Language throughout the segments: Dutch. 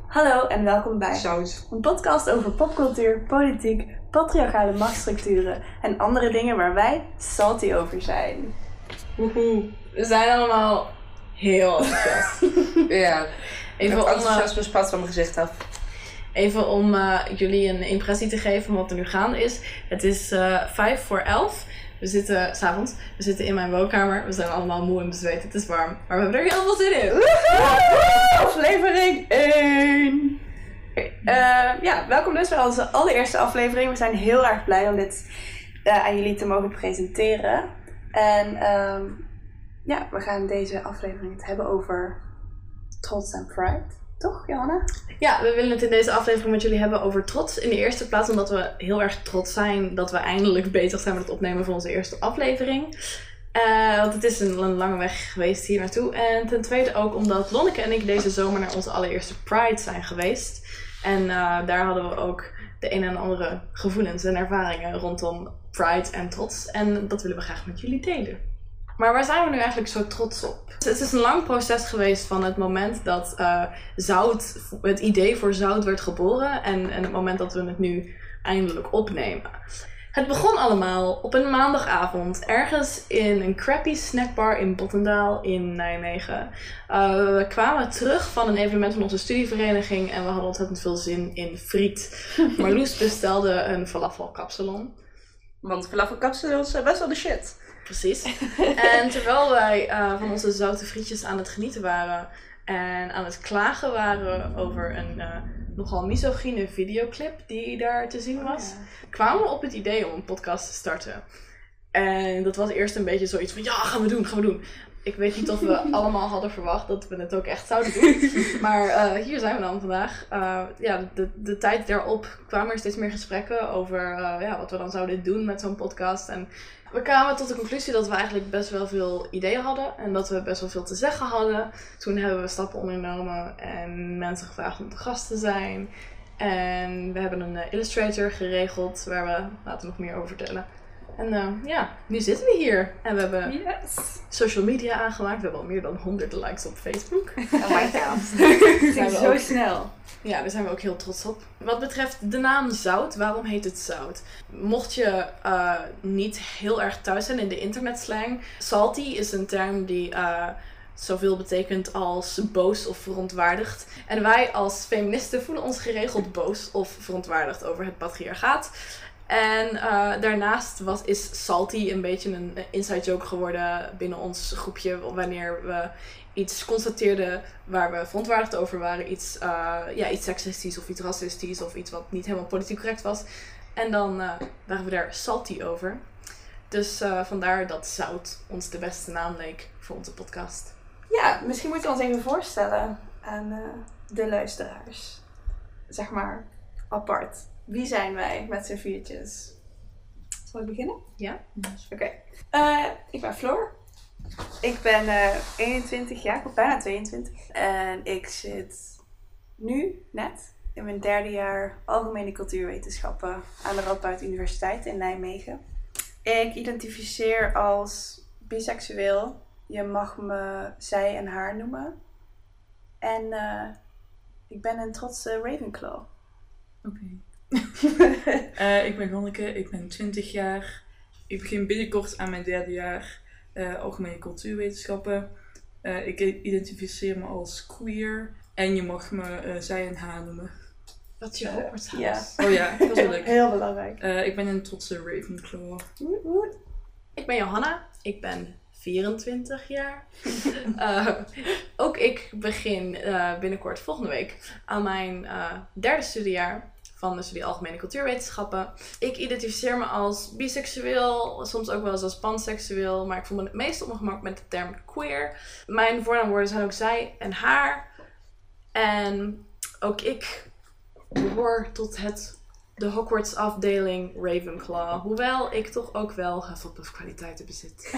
Hallo en welkom bij Zout. een podcast over popcultuur, politiek, patriarchale machtsstructuren en andere dingen waar wij salty over zijn. Woehoe. We zijn allemaal heel enthousiast. Ja, Even het om, enthousiasme spat van mijn gezicht af. even om jullie een impressie te geven van wat er nu gaande is. Het is 11:05. We zitten, 's avonds, we zitten in mijn woonkamer. We zijn allemaal moe en bezweet. Het is warm. Maar we hebben er heel veel zin in. Aflevering 1! Welkom dus bij onze allereerste aflevering. We zijn heel erg blij om dit aan jullie te mogen presenteren. En we gaan deze aflevering het hebben over trots en pride. Toch, Johanna? Ja, we willen het in deze aflevering met jullie hebben over trots. In de eerste plaats omdat we heel erg trots zijn dat we eindelijk bezig zijn met het opnemen van onze eerste aflevering. Want het is een lange weg geweest hier naartoe. En ten tweede ook omdat Lonneke en ik deze zomer naar onze allereerste Pride zijn geweest. En daar hadden we ook de een en andere gevoelens en ervaringen rondom Pride en trots. En dat willen we graag met jullie delen. Maar waar zijn we nu eigenlijk zo trots op? Het is een lang proces geweest van het moment dat zout, het idee voor zout werd geboren en het moment dat we het nu eindelijk opnemen. Het begon allemaal op een maandagavond ergens in een crappy snackbar in Bottendaal in Nijmegen. We kwamen terug van een evenement van onze studievereniging en we hadden ontzettend veel zin in friet. Marloes bestelde een falafelkapsalon. Want falafelkapsalons zijn best wel de shit. Precies. En terwijl wij van onze zoute frietjes aan het genieten waren en aan het klagen waren over een nogal misogyne videoclip die daar te zien was, kwamen we op het idee om een podcast te starten. En dat was eerst een beetje zoiets van, ja, gaan we doen. Ik weet niet of we allemaal hadden verwacht dat we het ook echt zouden doen. Maar hier zijn we dan vandaag. De tijd daarop kwamen er steeds meer gesprekken over wat we dan zouden doen met zo'n podcast. En we kwamen tot de conclusie dat we eigenlijk best wel veel ideeën hadden. En dat we best wel veel te zeggen hadden. Toen hebben we stappen ondernomen en mensen gevraagd om te gast te zijn. En we hebben een illustrator geregeld waar we later nog meer over vertellen. En nu zitten we hier. En we hebben social media aangemaakt. We hebben al meer dan 100 likes op Facebook. Oh my god. Zijn we Zo ook- snel. Ja, daar zijn we ook heel trots op. Wat betreft de naam Zout, waarom heet het Zout? Mocht je niet heel erg thuis zijn in de internetslang, salty is een term die zoveel betekent als boos of verontwaardigd. En wij als feministen voelen ons geregeld boos of verontwaardigd over het patriarchaat. En daarnaast is salty een beetje een inside joke geworden binnen ons groepje wanneer we iets constateerden waar we verontwaardigd over waren. Iets seksistisch of iets racistisch of iets wat niet helemaal politiek correct was. En dan waren we daar salty over. Dus vandaar dat Zout ons de beste naam leek voor onze podcast. Ja, misschien moeten we ons even voorstellen aan de luisteraars. Zeg maar, apart. Wie zijn wij met z'n viertjes? Zal ik beginnen? Ja. Oké. Ik ben Floor. Ik ben 21 jaar, ik ben bijna 22. En ik zit nu net in mijn derde jaar Algemene Cultuurwetenschappen aan de Radboud Universiteit in Nijmegen. Ik identificeer als biseksueel. Je mag me zij en haar noemen. En ik ben een trotse Ravenclaw. Oké. Ik ben Lonneke, ik ben 20 jaar. Ik begin binnenkort aan mijn derde jaar Algemene Cultuurwetenschappen. Ik identificeer me als queer en je mag me zij en haar noemen. Wat is je Hogwarts Ja. huis? Oh ja, dat wil ik. Heel belangrijk. Ik ben een trotse Ravenclaw. Ik ben Johanna. Ik ben 24 jaar. Ook ik begin binnenkort volgende week aan mijn derde studiejaar van de studie Algemene Cultuurwetenschappen. Ik identificeer me als biseksueel, soms ook wel eens als panseksueel, maar ik voel me het meest op mijn gemak met de term queer. Mijn voornaamwoorden zijn ook zij en haar. En ook ik behoor tot de Hogwarts afdeling Ravenclaw, hoewel ik toch ook wel Hufflepuff kwaliteiten bezit.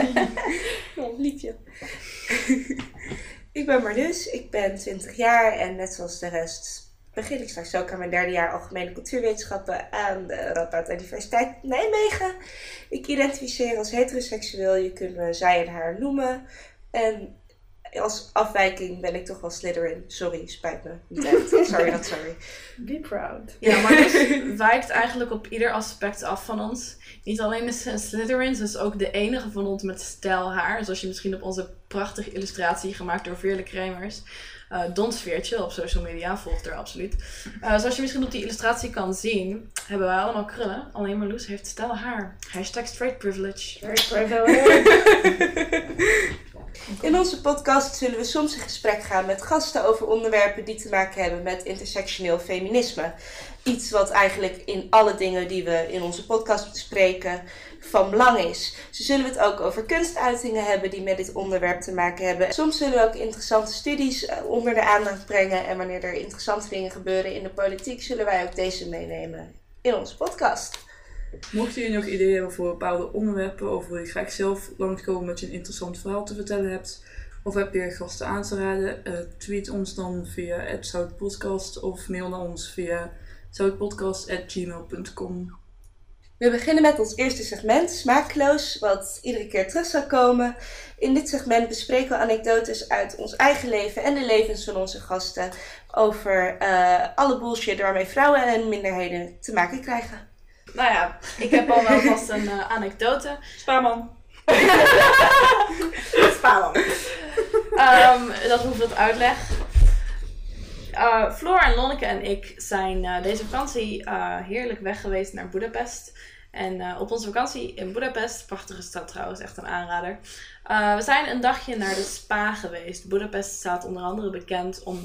Oh, liefje. Ik ben Marloes, ik ben 20 jaar en net zoals de rest begin ik straks ook aan mijn derde jaar Algemene Cultuurwetenschappen aan de Radboud Universiteit Nijmegen. Ik identificeer als heteroseksueel, je kunt me zij en haar noemen. En als afwijking ben ik toch wel Slytherin. Sorry, spijt me. Niet echt. Sorry, not sorry. Be proud. Ja, maar dus wijkt eigenlijk op ieder aspect af van ons. Niet alleen is ze een Slytherin, ze is ook de enige van ons met stijlhaar. Zoals je misschien op onze prachtige illustratie gemaakt door Veerle Kremers. Donsveertje op social media, volgt er absoluut. Zoals je misschien op die illustratie kan zien, hebben wij allemaal krullen. Alleen Marloes heeft stijlhaar. #straight privilege. In onze podcast zullen we soms in gesprek gaan met gasten over onderwerpen die te maken hebben met intersectioneel feminisme. Iets wat eigenlijk in alle dingen die we in onze podcast bespreken van belang is. Zo zullen we het ook over kunstuitingen hebben die met dit onderwerp te maken hebben. Soms zullen we ook interessante studies onder de aandacht brengen. En wanneer er interessante dingen gebeuren in de politiek, zullen wij ook deze meenemen in onze podcast. Mocht je nog ideeën hebben voor bepaalde onderwerpen, of wil je graag zelf langskomen omdat je een interessant verhaal te vertellen hebt, of heb je gasten aan te raden, tweet ons dan via @zoutpodcast of mail naar ons via zoutpodcast@gmail.com. We beginnen met ons eerste segment, Smakeloos, wat iedere keer terug zal komen. In dit segment bespreken we anekdotes uit ons eigen leven en de levens van onze gasten over alle bullshit waarmee vrouwen en minderheden te maken krijgen. Nou ja, ik heb al wel vast een anekdote. Spaarman. Spaarman. Dat hoeft wat uitleg. Floor en Lonneke en ik zijn deze vakantie heerlijk weg geweest naar Boedapest. En op onze vakantie in Boedapest, prachtige stad trouwens, echt een aanrader. We zijn een dagje naar de Spa geweest. Boedapest staat onder andere bekend om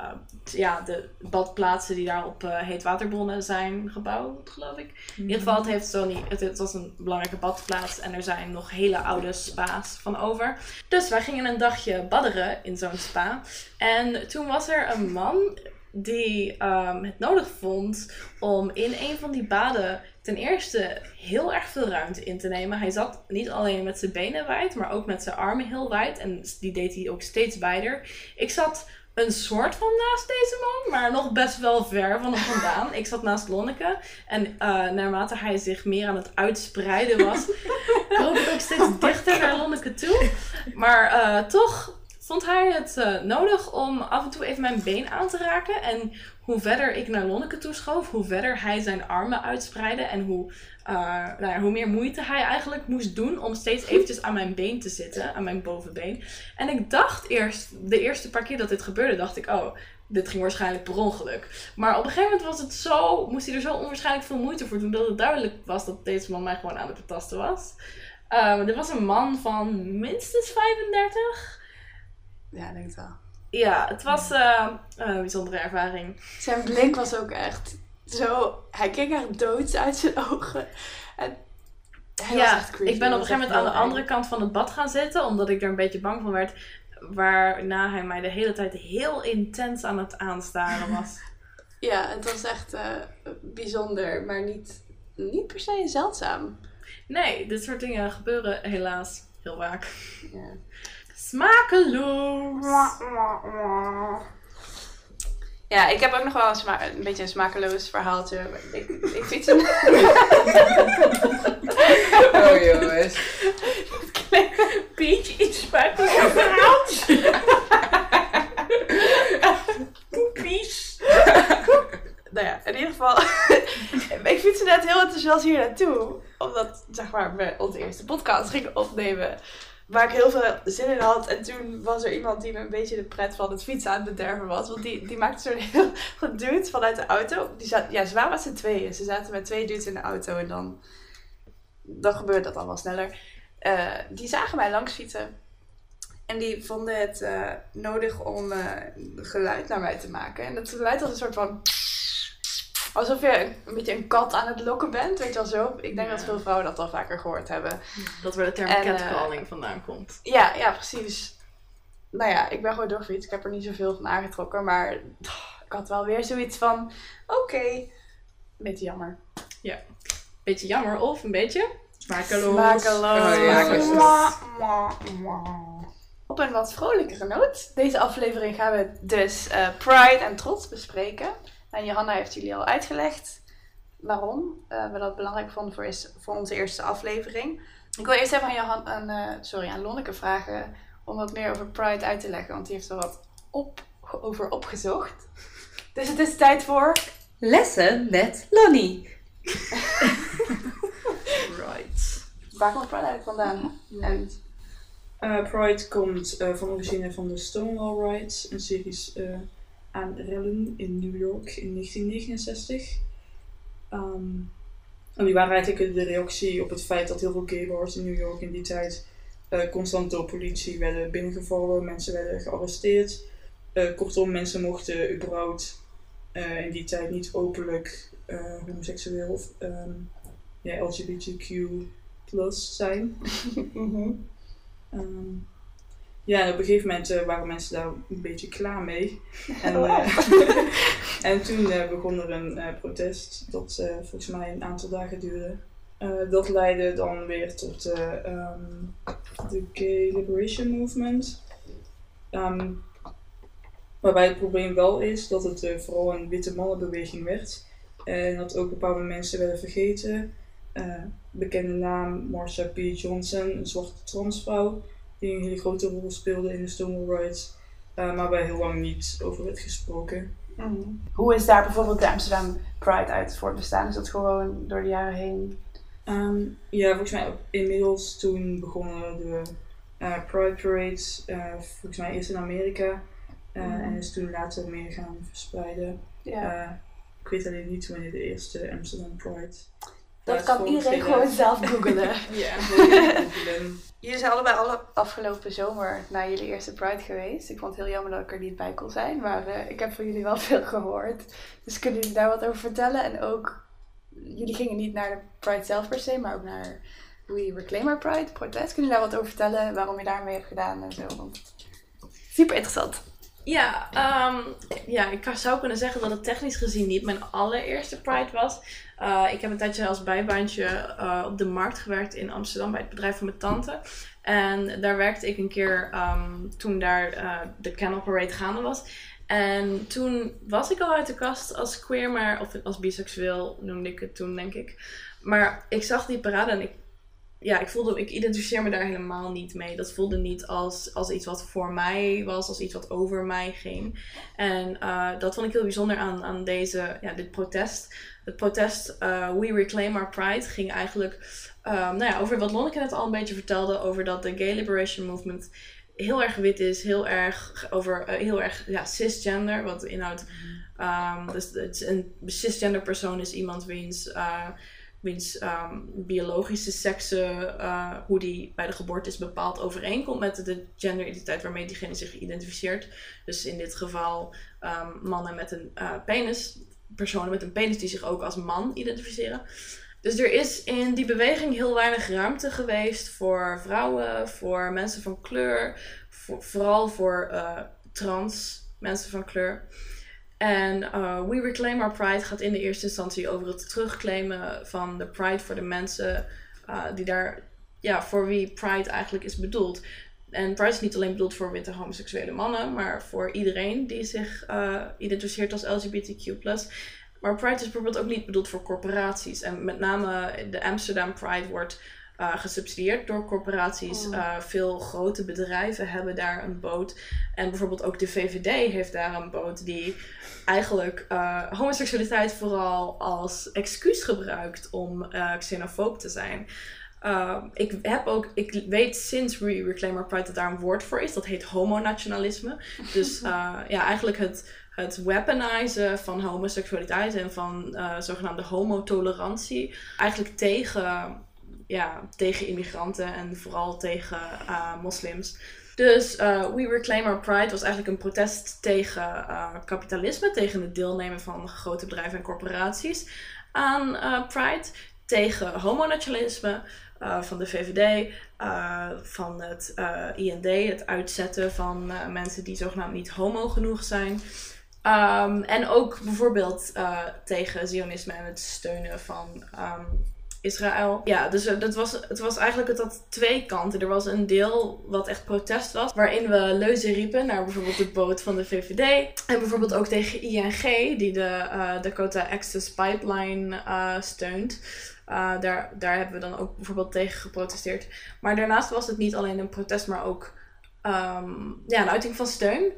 de badplaatsen die daar op heetwaterbronnen zijn gebouwd, geloof ik. In ieder geval, het was een belangrijke badplaats en er zijn nog hele oude spa's van over. Dus wij gingen een dagje badderen in zo'n spa. En toen was er een man die het nodig vond om in een van die baden ten eerste heel erg veel ruimte in te nemen. Hij zat niet alleen met zijn benen wijd, maar ook met zijn armen heel wijd. En die deed hij ook steeds wijder. Ik zat een soort van naast deze man, maar nog best wel ver van hem vandaan. Ik zat naast Lonneke. En naarmate hij zich meer aan het uitspreiden was, kroop ik ook steeds dichter naar Lonneke toe. Maar toch vond hij het nodig om af en toe even mijn been aan te raken. En hoe verder ik naar Lonneke toe schoof, hoe verder hij zijn armen uitspreidde. En hoe meer moeite hij eigenlijk moest doen om steeds eventjes aan mijn been te zitten, aan mijn bovenbeen. En ik dacht de eerste paar keer dat dit gebeurde, dacht ik, oh, dit ging waarschijnlijk per ongeluk. Maar op een gegeven moment moest hij er zo onwaarschijnlijk veel moeite voor doen, dat het duidelijk was dat deze man mij gewoon aan het betasten was. Dit was een man van minstens 35. Ja, ik denk het wel. Ja, het was een bijzondere ervaring. Zijn blik was ook echt zo... Hij keek echt doods uit zijn ogen. En hij was echt creepy. Ik ben op een gegeven moment aan de andere kant van het bad gaan zitten, omdat ik er een beetje bang van werd. Waarna hij mij de hele tijd heel intens aan het aanstaren was. Ja, het was echt bijzonder, maar niet per se zeldzaam. Nee, dit soort dingen gebeuren helaas heel vaak. Ja. Smakeloos! Ja, ik heb ook nog wel een beetje een smakeloos verhaaltje. Ik fiets een... Oh jongens. Beetje iets smakeloos verhaaltje. Poepies. Nou ja, in ieder geval... ik fietste net heel enthousiast hier naartoe. Omdat, zeg maar, we onze eerste podcast gingen opnemen. Waar ik heel veel zin in had. En toen was er iemand die me een beetje de pret van het fietsen aan het bederven was. Want die maakte zo'n heel geduwd vanuit de auto. Ze waren met z'n tweeën. Ze zaten met 2 dudes in de auto. En dan gebeurt dat allemaal sneller. Die zagen mij langs fietsen. En die vonden het nodig om geluid naar mij te maken. En dat geluid was een soort van... alsof je een beetje een kat aan het lokken bent, weet je wel zo. Ik denk dat veel vrouwen dat al vaker gehoord hebben. Dat waar de term catcalling vandaan komt. Ja, precies. Nou ja, ik ben gewoon doorgefietst. Ik heb er niet zoveel van aangetrokken, maar ik had wel weer zoiets van, oké. Beetje jammer. Ja. Beetje jammer of een beetje Smakeloos. Op een wat vrolijkere noot. Deze aflevering gaan we dus Pride en trots bespreken. En Johanna heeft jullie al uitgelegd waarom we dat belangrijk vonden voor onze eerste aflevering. Ik wil eerst even aan Lonneke vragen om wat meer over Pride uit te leggen. Want die heeft er wat over opgezocht. Dus het is tijd voor... Lessen met Lonnie. Right. Waar komt Pride eigenlijk vandaan? Pride komt van origine van de Stonewall Riots, een series aan rellen in New York in 1969. En die waren eigenlijk de reactie op het feit dat heel veel gay bars in New York in die tijd constant door politie werden binnengevallen, mensen werden gearresteerd. Kortom, mensen mochten überhaupt in die tijd niet openlijk homoseksueel of LGBTQ plus zijn. Ja, en op een gegeven moment waren mensen daar een beetje klaar mee. En, en toen begon er een protest dat volgens mij een aantal dagen duurde. Dat leidde dan weer tot de Gay Liberation Movement. Waarbij het probleem wel is dat het vooral een witte mannenbeweging werd. En dat ook bepaalde mensen werden vergeten. Bekende naam Marsha P. Johnson, een zwarte transvrouw. Die een hele grote rol speelde in de Stonewall Riots. Maar waar heel lang niet over werd gesproken. Hoe is daar bijvoorbeeld de Amsterdam Pride uit voortbestaan? Is dat gewoon door de jaren heen? Ja, volgens mij inmiddels toen begonnen de Pride Parades. Volgens mij eerst in Amerika. En is toen later meer gaan verspreiden. Ja. Ik weet alleen niet wanneer de eerste Amsterdam Pride. Dat kan iedereen gewoon zelf googlen. Ja, Jullie zijn allebei afgelopen zomer naar jullie eerste Pride geweest. Ik vond het heel jammer dat ik er niet bij kon zijn, maar ik heb van jullie wel veel gehoord. Dus kunnen jullie daar wat over vertellen? En ook, jullie gingen niet naar de Pride zelf per se, maar ook naar We Reclaim Our Pride, protest. Kunnen jullie daar wat over vertellen? Waarom je daarmee hebt gedaan en zo? Want super interessant. Ja, ik zou kunnen zeggen dat het technisch gezien niet mijn allereerste Pride was. Ik heb een tijdje als bijbaantje op de markt gewerkt in Amsterdam bij het bedrijf van mijn tante. En daar werkte ik een keer toen daar de Canal Parade gaande was. En toen was ik al uit de kast als queer, of als biseksueel noemde ik het toen, denk ik. Maar ik zag die parade en ik identificeer me daar helemaal niet mee. Dat voelde niet als iets wat voor mij was, als iets wat over mij ging. En dat vond ik heel bijzonder aan dit protest. Het protest We Reclaim Our Pride ging eigenlijk over wat Lonneke net al een beetje vertelde, over dat de Gay Liberation Movement heel erg wit is, heel erg cisgender, wat inhoudt. Dus een cisgender persoon is iemand wiens biologische sekse, hoe die bij de geboorte is bepaald, overeenkomt met de genderidentiteit waarmee diegene zich identificeert. Dus in dit geval mannen met een penis, personen met een penis die zich ook als man identificeren. Dus er is in die beweging heel weinig ruimte geweest voor vrouwen, voor mensen van kleur, vooral voor trans mensen van kleur. En We Reclaim Our Pride gaat in de eerste instantie over het terugclaimen van de Pride voor de mensen die daar, voor wie Pride eigenlijk is bedoeld. En Pride is niet alleen bedoeld voor witte homoseksuele mannen, maar voor iedereen die zich identificeert als LGBTQ+. Maar Pride is bijvoorbeeld ook niet bedoeld voor corporaties. En met name de Amsterdam Pride wordt gesubsidieerd door corporaties. Veel grote bedrijven hebben daar een boot. En bijvoorbeeld ook de VVD heeft daar een boot die eigenlijk homoseksualiteit vooral als excuus gebruikt om xenofoob te zijn. Ik weet sinds We Reclaim Our Pride dat daar een woord voor is. Dat heet homonationalisme. Dus eigenlijk het weaponizen van homoseksualiteit en van zogenaamde homotolerantie. Eigenlijk tegen immigranten en vooral tegen moslims. Dus We Reclaim Our Pride was eigenlijk een protest tegen kapitalisme, tegen het deelnemen van grote bedrijven en corporaties aan Pride, tegen homonationalisme van de VVD, van het IND, het uitzetten van mensen die zogenaamd niet homo genoeg zijn. En ook bijvoorbeeld tegen Zionisme en het steunen van Israël. Ja, dus het was eigenlijk het had twee kanten. Er was een deel wat echt protest was, waarin we leuzen riepen naar bijvoorbeeld de boot van de VVD. En bijvoorbeeld ook tegen ING, die de Dakota Access Pipeline steunt. Daar hebben we dan ook bijvoorbeeld tegen geprotesteerd. Maar daarnaast was het niet alleen een protest, maar ook een uiting van steun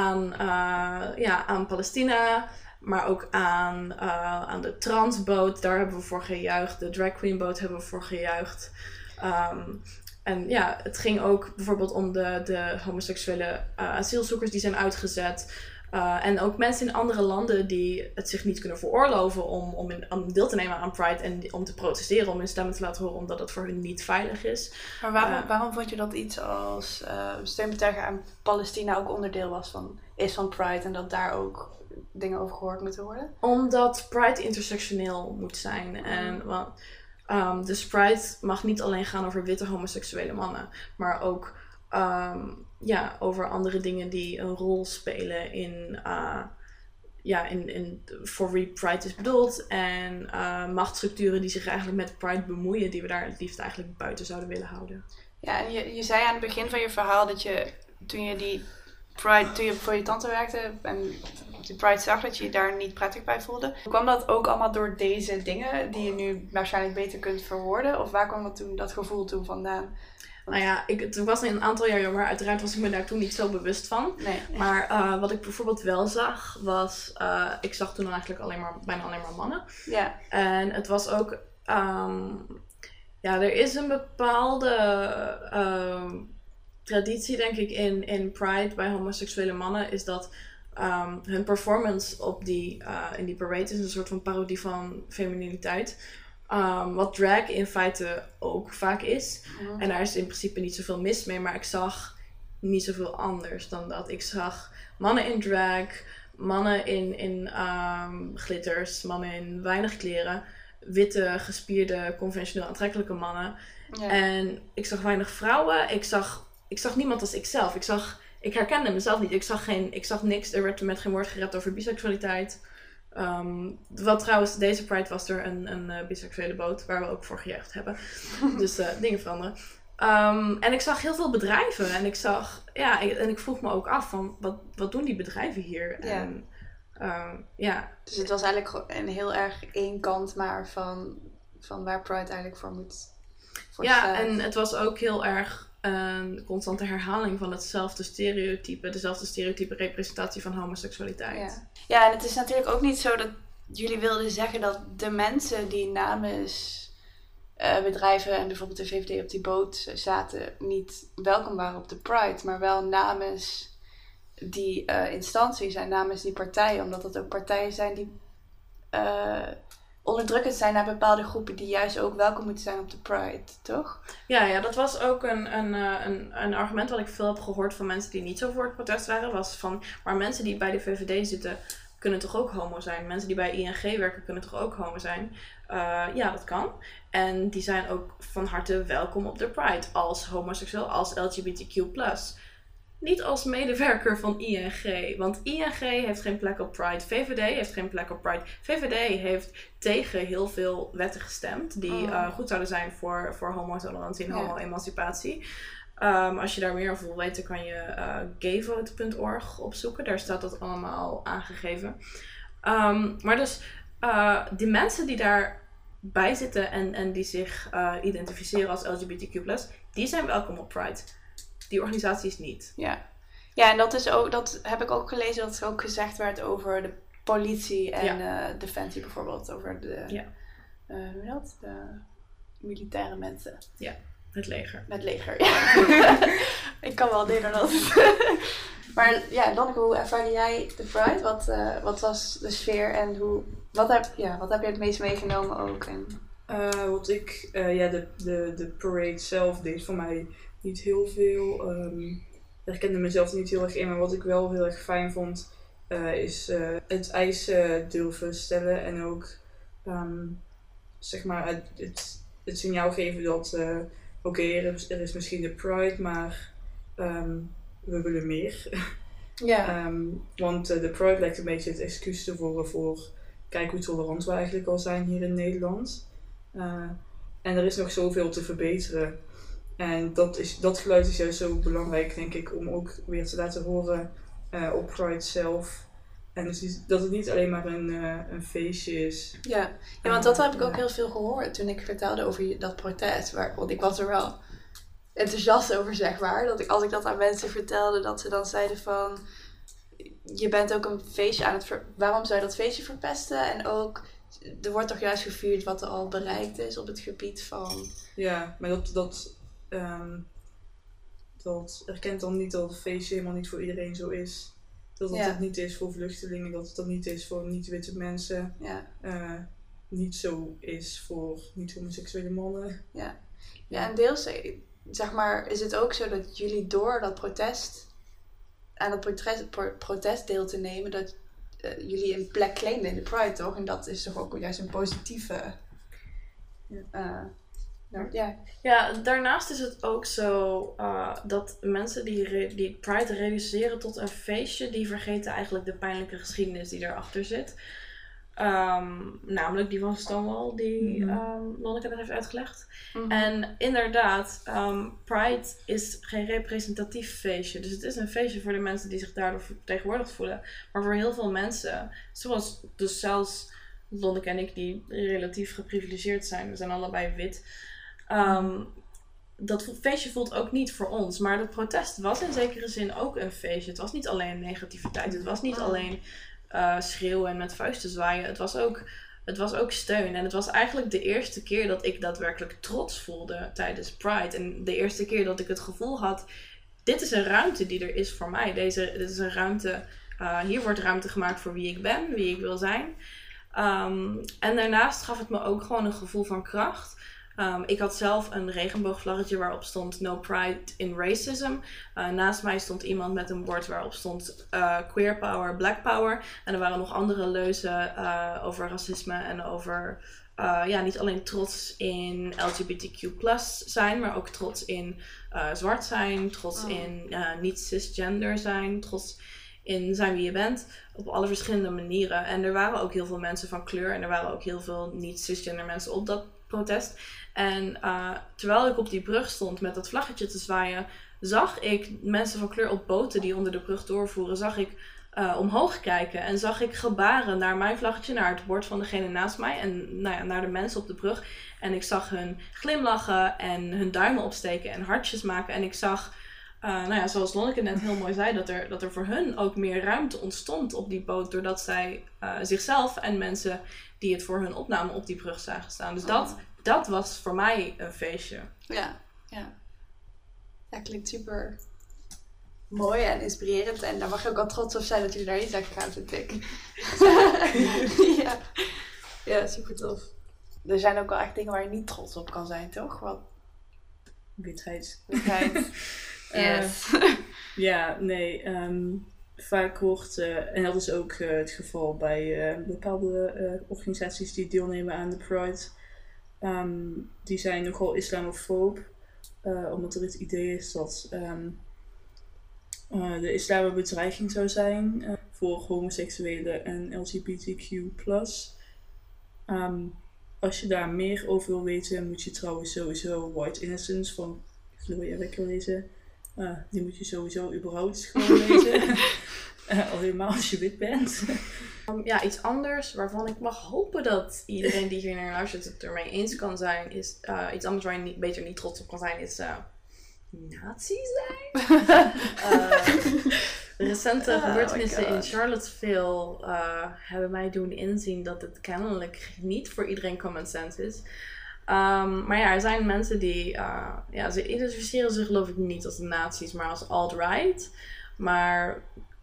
aan Palestina, maar ook aan de transboot. Daar hebben we voor gejuicht. De drag queen boot hebben we voor gejuicht. En ja, het ging ook bijvoorbeeld om de homoseksuele asielzoekers die zijn uitgezet. En ook mensen in andere landen die het zich niet kunnen veroorloven om deel te nemen aan Pride en om te protesteren, om hun stemmen te laten horen, omdat het voor hun niet veilig is. Maar waarom vond je dat iets als steunbetuigen aan Palestina ook onderdeel is van Pride en dat daar ook dingen over gehoord moeten worden? Omdat Pride intersectioneel moet zijn. Dus Pride mag niet alleen gaan over witte homoseksuele mannen, maar ook over andere dingen die een rol spelen voor wie Pride is bedoeld. En machtsstructuren die zich eigenlijk met Pride bemoeien, die we daar het liefst eigenlijk buiten zouden willen houden. Ja, en je zei aan het begin van je verhaal dat toen je voor je tante werkte en de Pride zag, dat je je daar niet prettig bij voelde. Kwam dat ook allemaal door deze dingen die je nu waarschijnlijk beter kunt verwoorden? Of waar kwam dat gevoel toen vandaan? Nou ja, ik was een aantal jaar jonger. Uiteraard was ik me daar toen niet zo bewust van. Nee. Maar wat ik bijvoorbeeld wel zag, was... ik zag toen eigenlijk bijna alleen maar mannen. Ja. En het was ook... er is een bepaalde traditie, denk ik, in Pride bij homoseksuele mannen. Is dat hun performance in die parade is een soort van parodie van femininiteit. Wat drag in feite ook vaak is. Mm-hmm. En daar is in principe niet zoveel mis mee. Maar ik zag niet zoveel anders dan dat. Ik zag mannen in drag, mannen in glitters, mannen in weinig kleren. Witte, gespierde, conventioneel aantrekkelijke mannen. Ja. En ik zag weinig vrouwen. Ik zag niemand als ikzelf. Ik herkende mezelf niet. Ik zag niks. Er werd met geen woord gerept over biseksualiteit. Wat trouwens, deze Pride was er een biseksuele boot, waar we ook voor gejuicht hebben. Dus dingen veranderen. En ik zag heel veel bedrijven. En ik vroeg me ook af van, wat doen die bedrijven hier? Ja. Dus het was eigenlijk een heel erg één kant maar van waar Pride eigenlijk voor staan. Ja, en het was ook heel erg een constante herhaling van dezelfde stereotype representatie van homoseksualiteit. Ja, en het is natuurlijk ook niet zo dat jullie wilden zeggen dat de mensen die namens bedrijven en bijvoorbeeld de VVD op die boot zaten niet welkom waren op de Pride, maar wel namens die instanties en namens die partijen, omdat dat ook partijen zijn die onderdrukkend zijn naar bepaalde groepen die juist ook welkom moeten zijn op de Pride, toch? Ja, dat was ook een argument wat ik veel heb gehoord van mensen die niet zo voor het protest waren. Was van, maar mensen die bij de VVD zitten kunnen toch ook homo zijn? Mensen die bij ING werken kunnen toch ook homo zijn? Ja, dat kan. En die zijn ook van harte welkom op de Pride als homoseksueel, als LGBTQ+. Niet als medewerker van ING. Want ING heeft geen plek op Pride. VVD heeft geen plek op Pride. VVD heeft tegen heel veel wetten gestemd. Die goed zouden zijn voor homotolerantie en homo-emancipatie. Als je daar meer over wil weten, kan je gayvote.org opzoeken. Daar staat dat allemaal aangegeven. Maar dus die mensen die daarbij zitten en die zich identificeren als LGBTQ+, die zijn welkom op Pride. Die organisaties niet. Ja, en dat heb ik ook gelezen, dat er ook gezegd werd over de politie en defensie bijvoorbeeld. Over de militaire mensen. Ja, het leger. Het leger, ja. Ik kan wel Nederlands. Maar ja, Lonneke, hoe ervaarde jij de Pride? Wat was de sfeer en wat heb je het meest meegenomen ook? De parade zelf deed voor mij niet heel veel. Ik herkende mezelf er niet heel erg in, maar wat ik wel heel erg fijn vond, is het ijs durven stellen en ook het signaal geven dat er is misschien de Pride, maar we willen meer. Ja. Want de Pride lijkt een beetje het excuus te worden voor kijk hoe tolerant we eigenlijk al zijn hier in Nederland. En er is nog zoveel te verbeteren. En dat geluid is juist zo belangrijk, denk ik, om ook weer te laten horen op Pride zelf. En dus dat het niet alleen maar een feestje is. Ja, want dat heb ik ook heel veel gehoord toen ik vertelde over dat protest. Want ik was er wel enthousiast over, zeg maar. Dat als ik dat aan mensen vertelde, dat ze dan zeiden van... Je bent ook een feestje aan het... Waarom zou je dat feestje verpesten? En ook, er wordt toch juist gevierd wat er al bereikt is op het gebied van... Ja, maar dat erkent dan niet dat het feestje helemaal niet voor iedereen zo is. Dat het niet is voor vluchtelingen, dat het niet is voor niet-witte mensen. Ja. Niet zo is voor niet-homoseksuele mannen. Ja, en deels, zeg maar, is het ook zo dat jullie door dat aan dat protest deel te nemen, dat jullie een plek claimden in de Pride, toch? En dat is toch ook juist een positieve... Ja, daarnaast is het ook zo dat mensen die Pride reduceren tot een feestje, die vergeten eigenlijk de pijnlijke geschiedenis die erachter zit. Namelijk die van Stonewall, die Lonneke net heeft uitgelegd. Mm-hmm. En inderdaad, Pride is geen representatief feestje. Dus het is een feestje voor de mensen die zich daardoor vertegenwoordigd voelen. Maar voor heel veel mensen, zoals dus zelfs Lonneke en ik, die relatief geprivilegeerd zijn, we zijn allebei wit. Dat feestje voelt ook niet voor ons. Maar dat protest was in zekere zin ook een feestje. Het was niet alleen negativiteit. Het was niet alleen schreeuwen en met vuisten zwaaien. Het was ook steun. En het was eigenlijk de eerste keer dat ik daadwerkelijk trots voelde tijdens Pride. En de eerste keer dat ik het gevoel had, dit is een ruimte die er is voor mij. Dit is een ruimte, hier wordt ruimte gemaakt voor wie ik ben, wie ik wil zijn. En daarnaast gaf het me ook gewoon een gevoel van kracht. Ik had zelf een regenboogvlaggetje waarop stond No Pride in Racism. Naast mij stond iemand met een bord waarop stond Queer Power, Black Power. En er waren nog andere leuzen over racisme en over niet alleen trots in LGBTQ+ zijn, maar ook trots in zwart zijn, trots in niet cisgender zijn, trots in zijn wie je bent, op alle verschillende manieren. En er waren ook heel veel mensen van kleur en er waren ook heel veel niet cisgender mensen op dat protest. En terwijl ik op die brug stond met dat vlaggetje te zwaaien, zag ik mensen van kleur op boten die onder de brug doorvoeren, zag ik omhoog kijken en zag ik gebaren naar mijn vlaggetje, naar het bord van degene naast mij en naar de mensen op de brug. En ik zag hun glimlachen en hun duimen opsteken en hartjes maken. En ik zag, zoals Lonneke net heel mooi zei, dat er voor hun ook meer ruimte ontstond op die boot, doordat zij zichzelf en mensen die het voor hun opnamen op die brug zagen staan. Dus dat was voor mij een feestje. Ja, klinkt super mooi en inspirerend. En daar mag je ook al trots op zijn dat jullie daarheen zijn gegaan, vind ik. Ja, super tof. Er zijn ook wel echt dingen waar je niet trots op kan zijn, toch? Wat... Witheid. Yes. Vaak wordt, en dat is ook het geval bij bepaalde organisaties die deelnemen aan de Pride, die zijn nogal islamofoob, omdat er het idee is dat de islam een bedreiging zou zijn voor homoseksuelen en LGBTQ+. Als je daar meer over wil weten, moet je trouwens sowieso White Innocence van Gloria Wekker lezen. Die moet je sowieso überhaupt gewoon lezen. Al helemaal als je wit bent. Iets anders waarvan ik mag hopen dat iedereen die hier naar luistert het ermee eens kan zijn, is iets anders waar je beter niet trots op kan zijn, is nazi zijn. Recente gebeurtenissen in Charlottesville hebben mij doen inzien dat het kennelijk niet voor iedereen common sense is. Er zijn mensen die, ze identificeren zich geloof ik niet als nazi's, maar als alt-right. Maar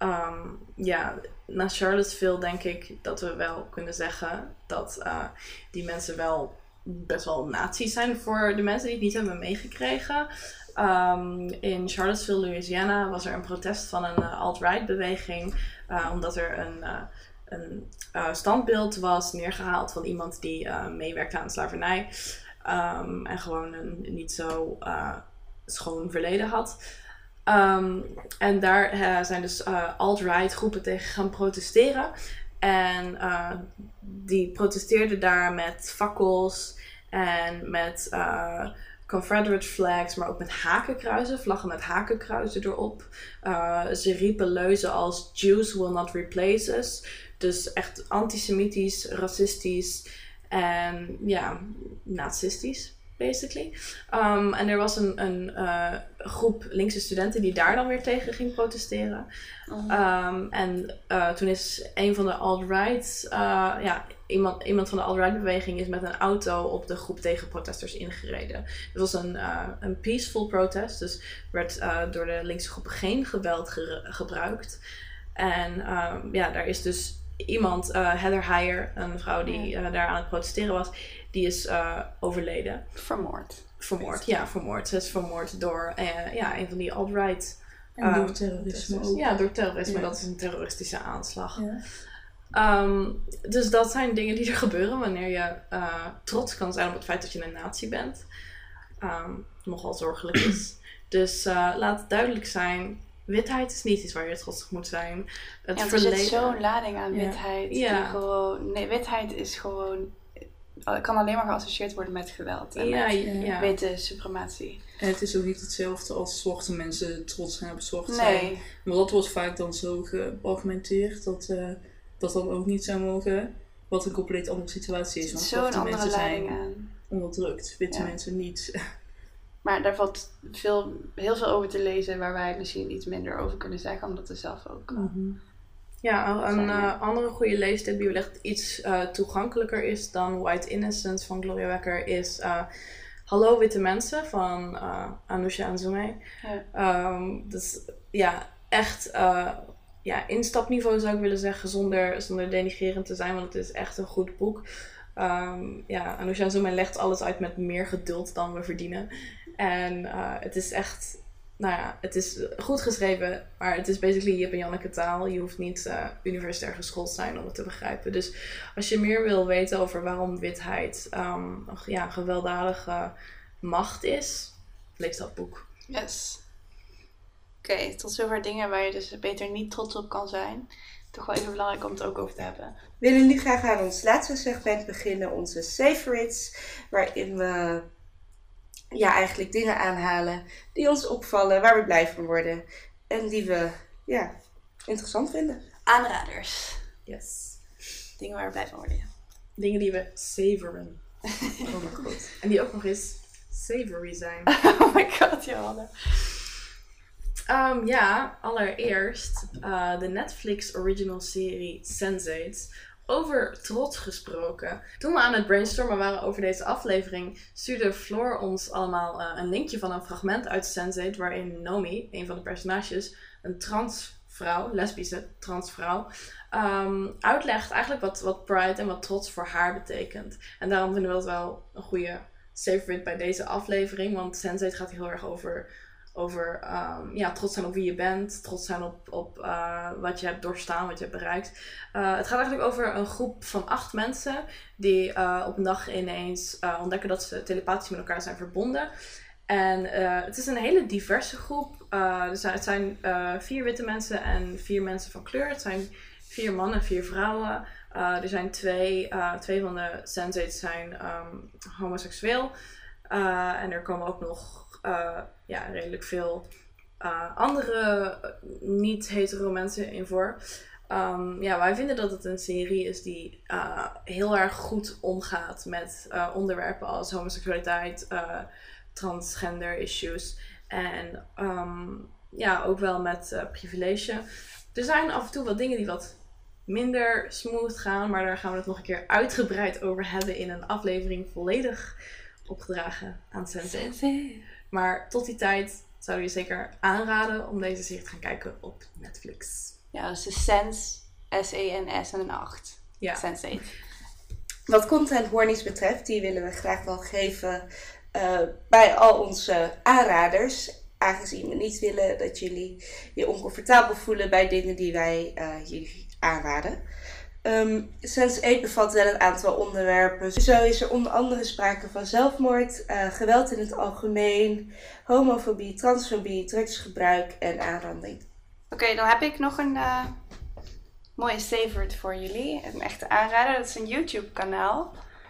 na Charlottesville denk ik dat we wel kunnen zeggen dat die mensen wel best wel nazi's zijn voor de mensen die het niet hebben meegekregen. In Charlottesville, Louisiana was er een protest van een alt-right beweging, omdat er een standbeeld was neergehaald van iemand die meewerkte aan slavernij en gewoon een niet zo schoon verleden had. En daar zijn dus alt-right groepen tegen gaan protesteren. En die protesteerden daar met fakkels en met Confederate flags, maar ook met hakenkruizen, vlaggen met hakenkruizen erop. Ze riepen leuzen als Jews will not replace us. Dus echt antisemitisch, racistisch en nazistisch. basically. En er was een groep linkse studenten die daar dan weer tegen ging protesteren. Toen is een van de alt-right, iemand van de alt-right beweging is met een auto op de groep tegenprotesters ingereden. Het was een peaceful protest, dus werd door de linkse groepen geen geweld gebruikt. En daar is dus iemand, Heather Heyer, een vrouw die daar aan het protesteren was, die is overleden. Vermoord. Vermoord. Ze is vermoord door een van die alt-right. En door terrorisme ook. Ja, door terrorisme. Dat is een terroristische aanslag. Ja. Dus dat zijn dingen die er gebeuren wanneer je trots kan zijn op het feit dat je een nazi bent. Nogal zorgelijk is. Dus laat het duidelijk zijn. Witheid is niet iets waar je trots op moet zijn. Er zit zo'n lading aan witheid. Die witheid is gewoon... kan alleen maar geassocieerd worden met geweld. En met witte suprematie. En het is ook niet hetzelfde als zwarte mensen trots zijn op zwart zijn. Maar dat wordt vaak dan zo geargumenteerd dat dan ook niet zou mogen. Wat een compleet andere situatie is. Want zwarte mensen zijn onderdrukt. Witte mensen niet. Maar daar valt heel veel over te lezen waar wij misschien iets minder over kunnen zeggen. Omdat we zelf ook... Ja, een andere goede leestip die wellicht iets toegankelijker is dan White Innocence van Gloria Wekker is Hallo Witte Mensen van Anousha Anzoume. Dus echt instapniveau zou ik willen zeggen zonder denigrerend te zijn, want het is echt een goed boek. Anousha Anzoume legt alles uit met meer geduld dan we verdienen. En het is echt... het is goed geschreven, maar het is basically Jip en Janneke taal. Je hoeft niet universitair geschoold te zijn om het te begrijpen. Dus als je meer wil weten over waarom witheid een gewelddadige macht is, lees dat boek. Yes. Oké, tot zover dingen waar je dus beter niet trots op kan zijn. Toch wel even belangrijk om het ook over te hebben. We willen nu graag aan ons laatste segment beginnen, onze favorites, waarin we... eigenlijk dingen aanhalen die ons opvallen, waar we blij van worden en die we interessant vinden. Aanraders. Yes. Dingen waar we blij van worden. Dingen die we savoren. Oh mijn god. En die ook nog eens savory zijn. Oh my god, Johanna. Allereerst de Netflix original serie Sense8. Over trots gesproken. Toen we aan het brainstormen waren over deze aflevering, stuurde Floor ons allemaal een linkje van een fragment uit Sense8 waarin Nomi, een van de personages, een transvrouw, lesbische transvrouw, uitlegt eigenlijk wat pride en wat trots voor haar betekent. En daarom vinden we dat wel een goede favorite bij deze aflevering, want Sense8 gaat heel erg over trots zijn op wie je bent, trots zijn op wat je hebt doorstaan, wat je hebt bereikt. Het gaat eigenlijk over een groep van 8 mensen die op een dag ineens ontdekken dat ze telepathisch met elkaar zijn verbonden. En het is een hele diverse groep. Het zijn 4 witte mensen en 4 mensen van kleur. Het zijn 4 mannen, 4 vrouwen. Er zijn twee van de Sense8 zijn homoseksueel. En er komen ook nog redelijk veel andere niet-hetero mensen in voor. Wij vinden dat het een serie is die heel erg goed omgaat met onderwerpen als homoseksualiteit, transgender issues en ook wel met privilege. Er zijn af en toe wat dingen die wat minder smooth gaan, maar daar gaan we het nog een keer uitgebreid over hebben in een aflevering volledig opgedragen aan Sense8. Maar tot die tijd zouden we je zeker aanraden om deze serie te gaan kijken op Netflix. Ja, dat is de Sense, S-E-N-S en een 8. Ja. Sense8. Wat content warnings betreft, die willen we graag wel geven bij al onze aanraders. Aangezien we niet willen dat jullie je oncomfortabel voelen bij dingen die wij jullie aanraden. Sense8 bevat wel een aantal onderwerpen. Zo is er onder andere sprake van zelfmoord, geweld in het algemeen, homofobie, transfobie, drugsgebruik en aanranding. Oké, dan heb ik nog een mooie favorite voor jullie. Een echte aanrader. Dat is een YouTube kanaal.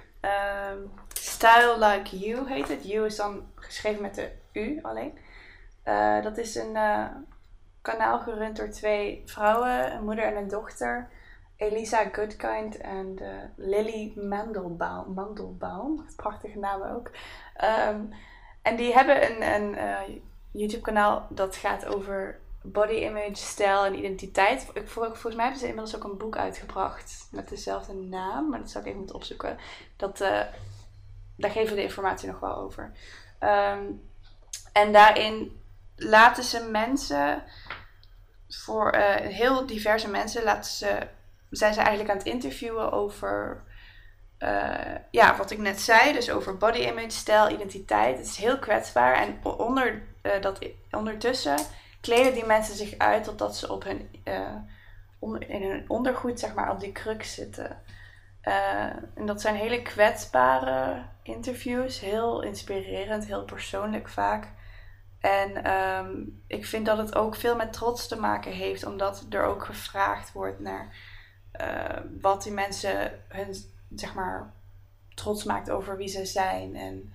Style Like You heet het. You is dan geschreven met de U alleen. Dat is een kanaal gerund door 2 vrouwen, een moeder en een dochter. Elisa Goodkind en Lily Mandelbaum. Prachtige naam ook. En die hebben een YouTube kanaal dat gaat over body image, stijl en identiteit. Volgens mij hebben ze inmiddels ook een boek uitgebracht met dezelfde naam. Maar dat zou ik even moeten opzoeken. Daar geven we de informatie nog wel over. En daarin laten ze mensen, voor heel diverse mensen, zijn ze eigenlijk aan het interviewen over wat ik net zei. Dus over body image, stijl, identiteit. Het is heel kwetsbaar. En ondertussen kleden die mensen zich uit totdat ze op in hun ondergoed, zeg maar, op die crux zitten. En dat zijn hele kwetsbare interviews. Heel inspirerend, heel persoonlijk vaak. En ik vind dat het ook veel met trots te maken heeft. Omdat er ook gevraagd wordt naar wat die mensen hun, zeg maar, trots maakt over wie ze zijn. En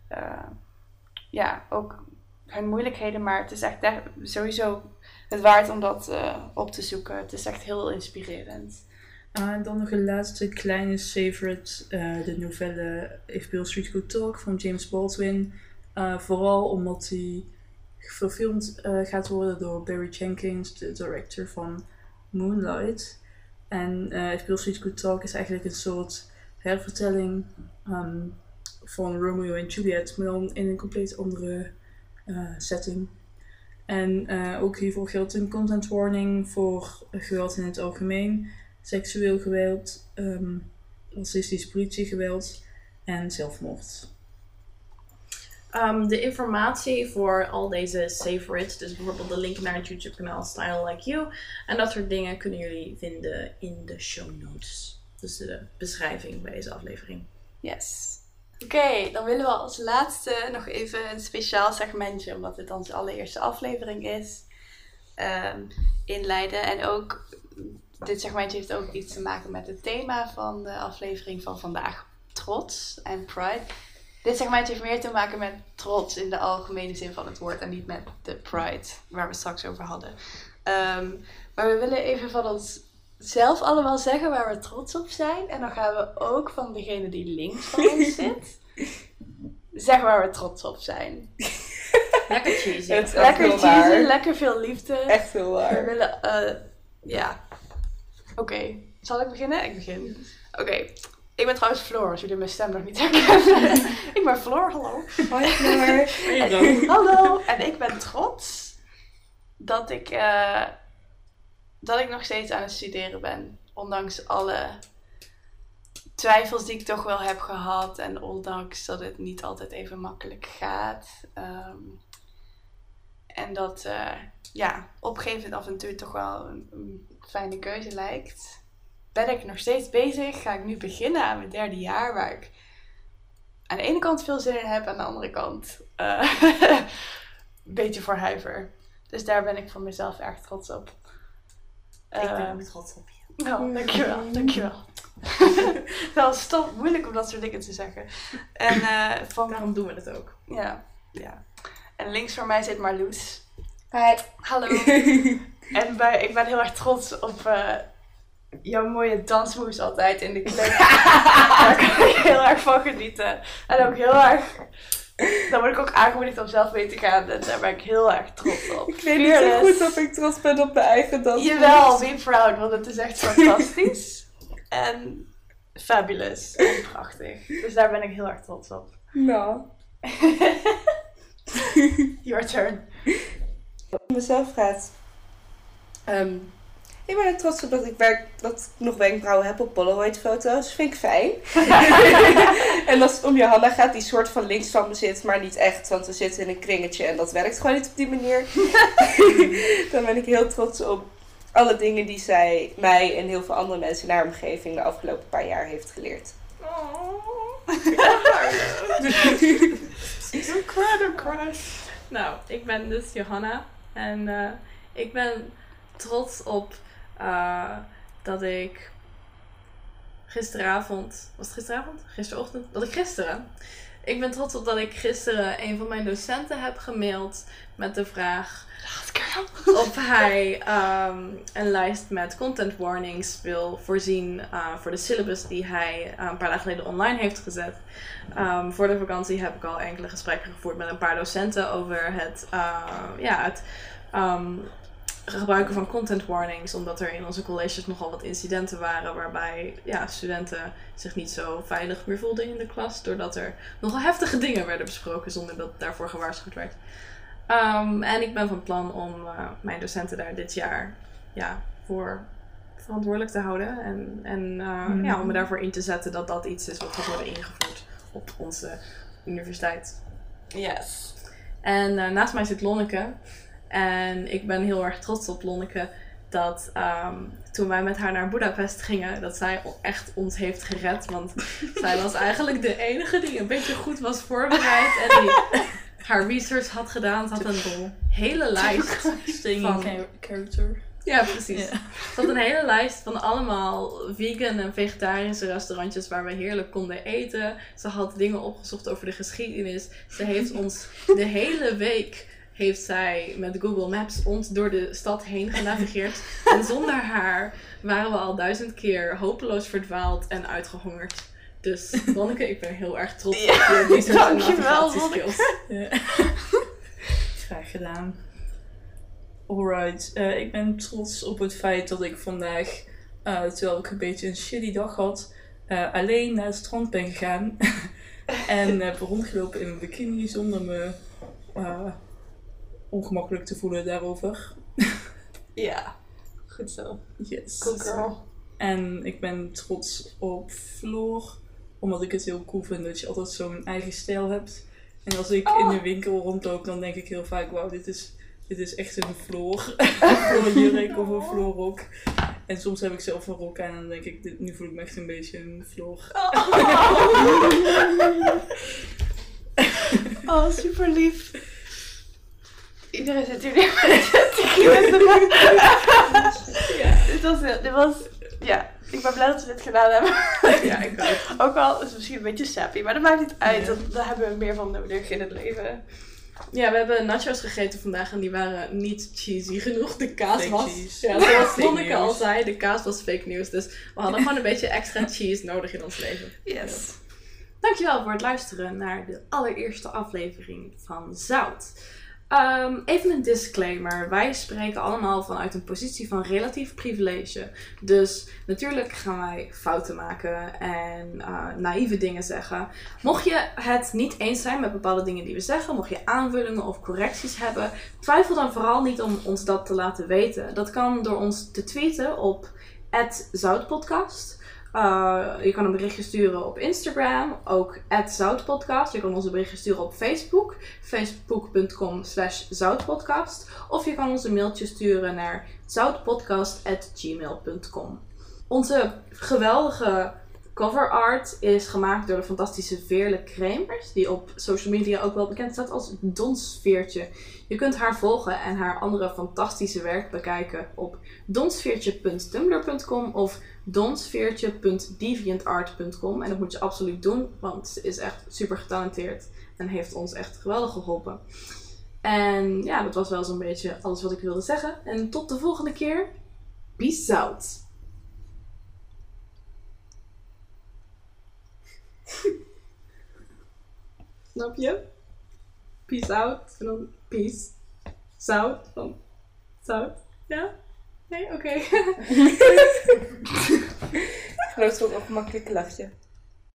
ook hun moeilijkheden. Maar het is echt sowieso het waard om dat op te zoeken. Het is echt heel inspirerend. En dan nog een laatste kleine favorite. De novelle If Beale Street Could Talk van James Baldwin. Vooral omdat die verfilmd gaat worden door Barry Jenkins, de director van Moonlight. En If Beale Street Could Talk is eigenlijk een soort hervertelling van Romeo en Juliet, maar dan in een compleet andere setting. En ook hiervoor geldt een content warning voor geweld in het algemeen, seksueel geweld, racistisch politiegeweld en zelfmoord. De informatie voor al deze favorites, dus bijvoorbeeld de link naar het YouTube kanaal Style Like You en dat soort dingen, kunnen jullie vinden in de show notes. Dus de beschrijving bij deze aflevering. Yes. Oké, dan willen we als laatste nog even een speciaal segmentje, omdat dit onze allereerste aflevering is, inleiden. En ook, dit segmentje heeft ook iets te maken met het thema van de aflevering van vandaag. Trots en pride. Dit segmentje heeft meer te maken met trots in de algemene zin van het woord en niet met de pride waar we het straks over hadden. Maar we willen even van ons zelf allemaal zeggen waar we trots op zijn. En dan gaan we ook van degene die links van ons zit zeggen waar we trots op zijn. Lekker cheesy. Lekker cheesy, lekker veel liefde. Echt heel waar. We willen, Oké, zal ik beginnen? Ik begin. Oké. Ik ben trouwens Floor, als jullie mijn stem nog niet herkennen. Ik ben Floor, hallo. Hoi Floor. Hallo. En ik ben trots dat ik nog steeds aan het studeren ben. Ondanks alle twijfels die ik toch wel heb gehad. En ondanks dat het niet altijd even makkelijk gaat. En dat opgeven af en toe toch wel een fijne keuze lijkt. Ben ik nog steeds bezig. Ga ik nu beginnen aan mijn 3e jaar. Waar ik aan de ene kant veel zin in heb. Aan de andere kant een beetje voor huiver. Dus daar ben ik van mezelf erg trots op. Ik ben ook trots op je. Oh, dankjewel. Dat is toch moeilijk om dat soort dingen te zeggen. En, daarom doen we het ook. Ja. En links van mij zit Marloes. Hi. Hallo. En ik ben heel erg trots op jouw mooie dansmoves altijd in de kleding. Daar kan ik heel erg van genieten. En ook heel erg... Dan word ik ook aangemoedigd om zelf mee te gaan. En daar ben ik heel erg trots op. Ik weet niet zo goed of ik trots ben op mijn eigen dansmoves. Jawel, be proud. Want het is echt fantastisch. En fabulous. En prachtig. Dus daar ben ik heel erg trots op. Nou. Your turn. Om mezelf gaat. Ik ben er trots op dat ik nog wenkbrauwen heb op Polaroid foto's. Vind ik fijn. En als het om Johanna gaat, die soort van links van me zit, maar niet echt. Want we zitten in een kringetje en dat werkt gewoon niet op die manier. Dan ben ik heel trots op alle dingen die zij mij en heel veel andere mensen in haar omgeving de afgelopen paar jaar heeft geleerd. Incredible crush. Nou, ik ben dus Johanna. En ik ben trots op dat ik gisteravond... Was het gisteravond? Gisterochtend? Dat ik gisteren Ik ben trots op dat ik gisteren een van mijn docenten heb gemaild met de vraag of hij een lijst met content warnings wil voorzien voor de syllabus die hij een paar dagen geleden online heeft gezet. Voor de vakantie heb ik al enkele gesprekken gevoerd met een paar docenten over het gebruiken van content warnings, omdat er in onze colleges nogal wat incidenten waren waarbij studenten zich niet zo veilig meer voelden in de klas, doordat er nogal heftige dingen werden besproken zonder dat daarvoor gewaarschuwd werd. En ik ben van plan om mijn docenten daar dit jaar voor verantwoordelijk te houden en om me daarvoor in te zetten dat dat iets is wat gaat worden ingevoerd op onze universiteit. Yes. En naast mij zit Lonneke. En ik ben heel erg trots op Lonneke dat toen wij met haar naar Budapest gingen, dat zij echt ons heeft gered. Want zij was eigenlijk de enige die een beetje goed was voorbereid en die haar research had gedaan. Ze had een hele lijst van character. Ja, precies. Yeah. Ze had een hele lijst van allemaal vegan en vegetarische restaurantjes waar we heerlijk konden eten. Ze had dingen opgezocht over de geschiedenis. Ze heeft ons de hele week met Google Maps ons door de stad heen genavigeerd. En zonder haar waren we al 1000 keer hopeloos verdwaald en uitgehongerd. Dus Lonneke, ik ben heel erg trots op je research en navigatieskills. Graag gedaan. Alright, ik ben trots op het feit dat ik vandaag, terwijl ik een beetje een shitty dag had, alleen naar het strand ben gegaan. En heb rondgelopen in mijn bikini zonder me ongemakkelijk te voelen daarover. Ja, goed zo. Yes. Cool girl. En ik ben trots op Floor, omdat ik het heel cool vind dat je altijd zo'n eigen stijl hebt. En als ik in de winkel rondloop, dan denk ik heel vaak, wauw, dit is echt een Floor. Een Floor jurk of een Floor rok. En soms heb ik zelf een rok aan en dan denk ik, nu voel ik me echt een beetje een Floor. Oh, super lief. Iedereen zit hier weer met de ik ben blij dat we dit gedaan hebben. Ja, ik ook. Ook al is het misschien een beetje sappy, maar dat maakt niet uit. Daar hebben we meer van nodig in het leven. Ja, we hebben nachos gegeten vandaag en die waren niet cheesy genoeg. De kaas Fake was... cheese. Ja, zoals Lonneke news. al zei, de kaas was fake news. Dus we hadden gewoon een beetje extra cheese nodig in ons leven. Yes. Dankjewel voor het luisteren naar de allereerste aflevering van Zout. Even een disclaimer. Wij spreken allemaal vanuit een positie van relatief privilege. Dus natuurlijk gaan wij fouten maken en naïeve dingen zeggen. Mocht je het niet eens zijn met bepaalde dingen die we zeggen, mocht je aanvullingen of correcties hebben, twijfel dan vooral niet om ons dat te laten weten. Dat kan door ons te tweeten op @zoutpodcast. Je kan een berichtje sturen op Instagram, ook @zoutpodcast. Je kan ons een berichtje sturen op Facebook, facebook.com/zoutpodcast. Of je kan ons een mailtje sturen naar zoutpodcast@gmail.com. Onze geweldige cover art is gemaakt door de fantastische Veerle Kremers, die op social media ook wel bekend staat als Donsveertje. Je kunt haar volgen en haar andere fantastische werk bekijken op donsveertje.tumblr.com of donsveertje.deviantart.com. En dat moet je absoluut doen, want ze is echt super getalenteerd en heeft ons echt geweldig geholpen. En ja, dat was wel zo'n beetje alles wat ik wilde zeggen. En tot de volgende keer. Peace out. Snap je? Peace out. En dan peace. Zout. Van zout. Ja? Nee? Oké. Groot ongemakkelijk lachje.